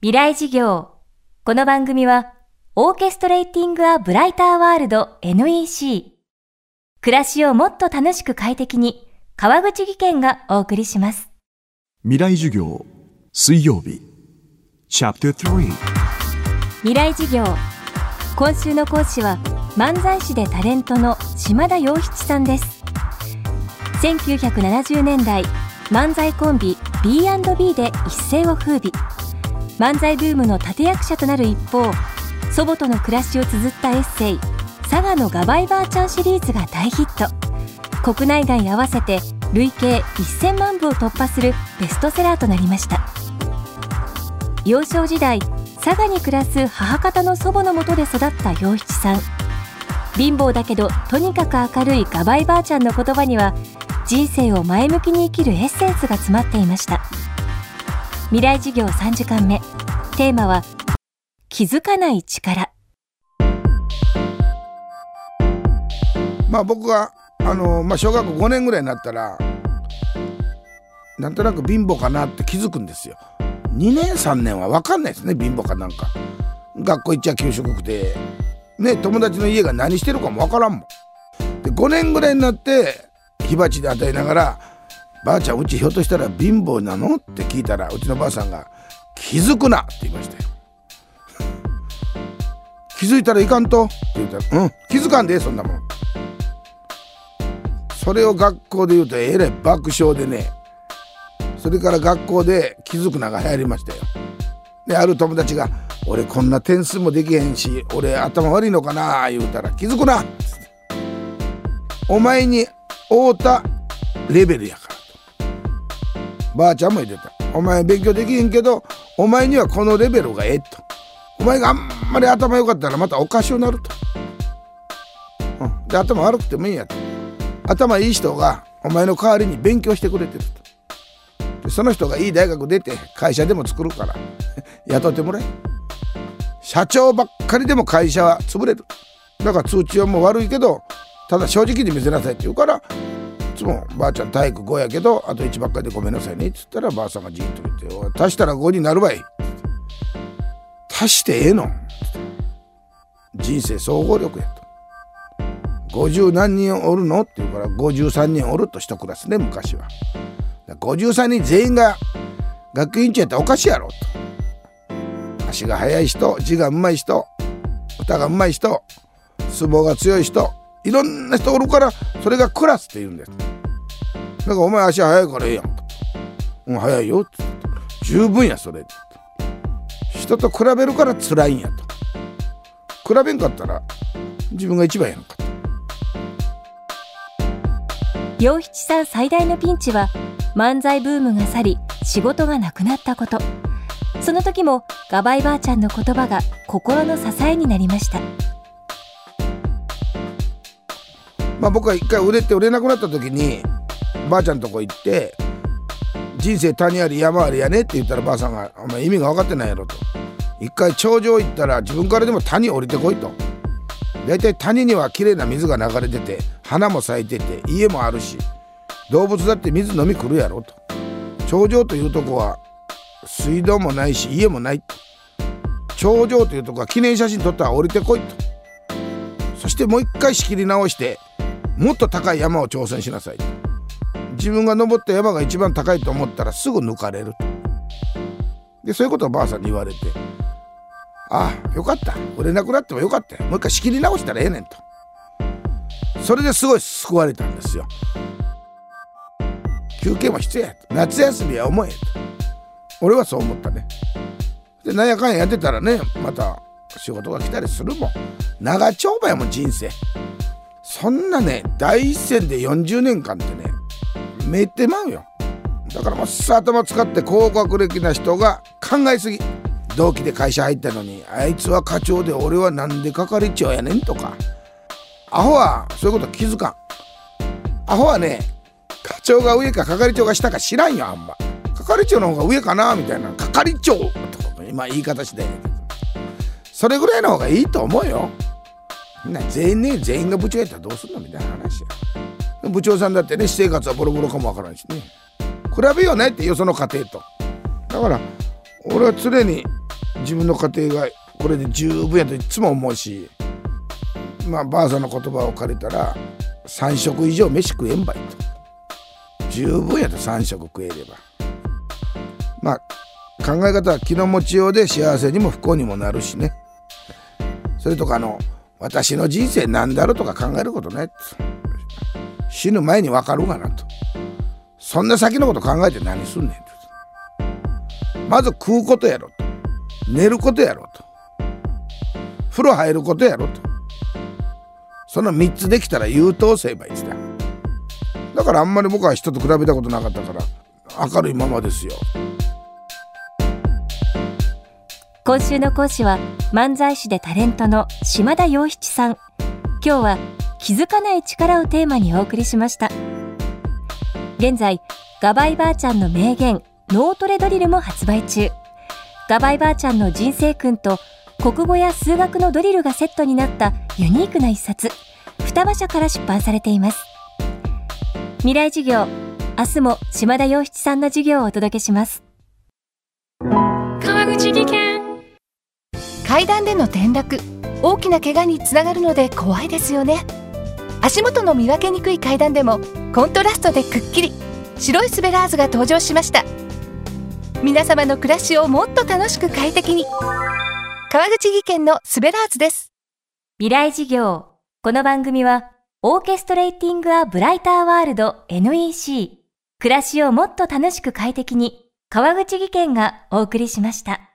未来事業。この番組はオーケストレーティング・ア・ブライター・ワールド NEC 暮らしをもっと楽しく快適に川口義賢がお送りします。 未来授業水曜日チャプター3 未来事業。今週の講師は漫才師でタレントの島田洋七さんです。1970年代漫才コンビ B&B で一世を風靡。漫才ブームの立役者となる一方、祖母との暮らしを綴ったエッセイ佐賀のガバイばあちゃんシリーズが大ヒット。国内外合わせて累計1000万部を突破するベストセラーとなりました。幼少時代、佐賀に暮らす母方の祖母のもとで育った洋七さん。貧乏だけどとにかく明るいガバイばあちゃんの言葉には、人生を前向きに生きるエッセンスが詰まっていました。未来授業3時間目、テーマは気づかない力。 僕が小学校5年ぐらいになったらなんとなく貧乏かなって気づくんですよ。2年3年は分かんないですね、貧乏かなんか。学校行っちゃ給食食ってね、友達の家が何してるかも分からんもん。で5年ぐらいになって火鉢で与えながら、ばあちゃんうちひょっとしたら貧乏なのって聞いたら、うちのばあさんが気づくなって言いましたよ。気づいたらいかんとって言ったら、気づかんでそんなもん。それを学校で言うとえらい爆笑でね、それから学校で気づくなが流行りましたよ。である友達が、俺こんな点数もできへんし、俺頭悪いのかな言うたら、気づくな、お前に合うたレベルやからと。ばあちゃんも言ってた。お前勉強できへんけど、お前にはこのレベルがええと。お前があんまり頭良かったらまたおかしゅうなると。で頭悪くてもいいんやと。頭いい人がお前の代わりに勉強してくれてると。でその人がいい大学出て会社でも作るから雇ってもらえ。社長ばっかりでも会社は潰れる。だから通知はもう悪いけど、ただ正直に見せなさいって言うから、いつもばあちゃん体育5やけどあと1ばっかりでごめんなさいねって言ったら、ばあさんがじーっと見て、足したら5になるばい。足してええの。人生総合力やと。50何人おるのって言うから、53人おると一クラスね、昔は。53人全員が学級委員長やったらおかしいやろと。足が速い人、字がうまい人、歌がうまい人、相撲が強い人、いろんな人おるから、それがクラスって言うんです。だからお前足速いからええやんと。速いよって十分やそれって。人と比べるから辛いんやと。比べんかったら自分が一番やんかと。 洋七さん最大のピンチは、漫才ブームが去り仕事がなくなったこと。その時もガバイばあちゃんの言葉が心の支えになりました。 僕は一回売れなくなった時にばあちゃんのとこ行って、人生谷あり山ありやねって言ったら、ばあさんが、お前意味が分かってないやろと。一回頂上行ったら自分からでも谷降りてこいと。だいたい谷にはきれいな水が流れてて、花も咲いてて、家もあるし、動物だって水飲み来るやろと。頂上というとこは水道もないし家もないと。頂上というとこは記念写真撮ったら降りてこいと。そしてもう一回仕切り直してもっと高い山を挑戦しなさいと。自分が登った山が一番高いと思ったらすぐ抜かれると。でそういうことをばあさんに言われて、ああよかった、売れなくなってもよかったよ、もう一回仕切り直したらええねんと。それですごい救われたんですよ。休憩も必要やと。夏休みは重いと。俺はそう思ったね。でなんやかんややってたらね、また仕事が来たりするもん。長丁場やもん人生。そんなね、第一線で40年間ってね、めってまうよ。だからもっさ頭使って高学歴な人が考えすぎ。同期で会社入ったのに、あいつは課長で俺はなんで係長やねんとか。アホはそういうこと気づかん。アホはね、課長が上か係長が下か知らんよ。あんま係長の方が上かなみたいな、係長とか今言い方して、それぐらいの方がいいと思うよ。みんな全員が部長やったらどうすんのみたいな話や。部長さんだってね、私生活はボロボロかもわからんしね。比べようねってよ、その家庭と。だから俺は常に自分の家庭がこれで十分やといつも思うし、ばあさんの言葉を借りたら3食以上飯食えんばいと。十分やと3食食えれば。考え方は気の持ちようで幸せにも不幸にもなるしね。それとか私の人生なんだろうとか考えることね。死ぬ前に分かるかなと。そんな先のこと考えて何すんねんと。まず食うことやろと。寝ることやろと。風呂入ることやろと。その3つできたら優等生ばいつだ。だからあんまり僕は人と比べたことなかったから明るいままですよ。 今週の講師は漫才師でタレントの島田洋七さん。今日は気づかない力をテーマにお送りしました。現在ガバイばあちゃんの名言脳トレドリルも発売中。ガバイばあちゃんの人生訓と国語や数学のドリルがセットになったユニークな一冊、双葉社から出版されています。未来授業、明日も島田洋七さんの授業をお届けします。 川口技研。階段での転落、大きな怪我につながるので怖いですよね。足元の見分けにくい階段でもコントラストでくっきり白いスベラーズが登場しました。皆様の暮らしをもっと楽しく快適に、川口技研のスベラーズです。 未来授業。この番組はオーケストレーティングアブライターワールド NEC、 暮らしをもっと楽しく快適に、川口技研がお送りしました。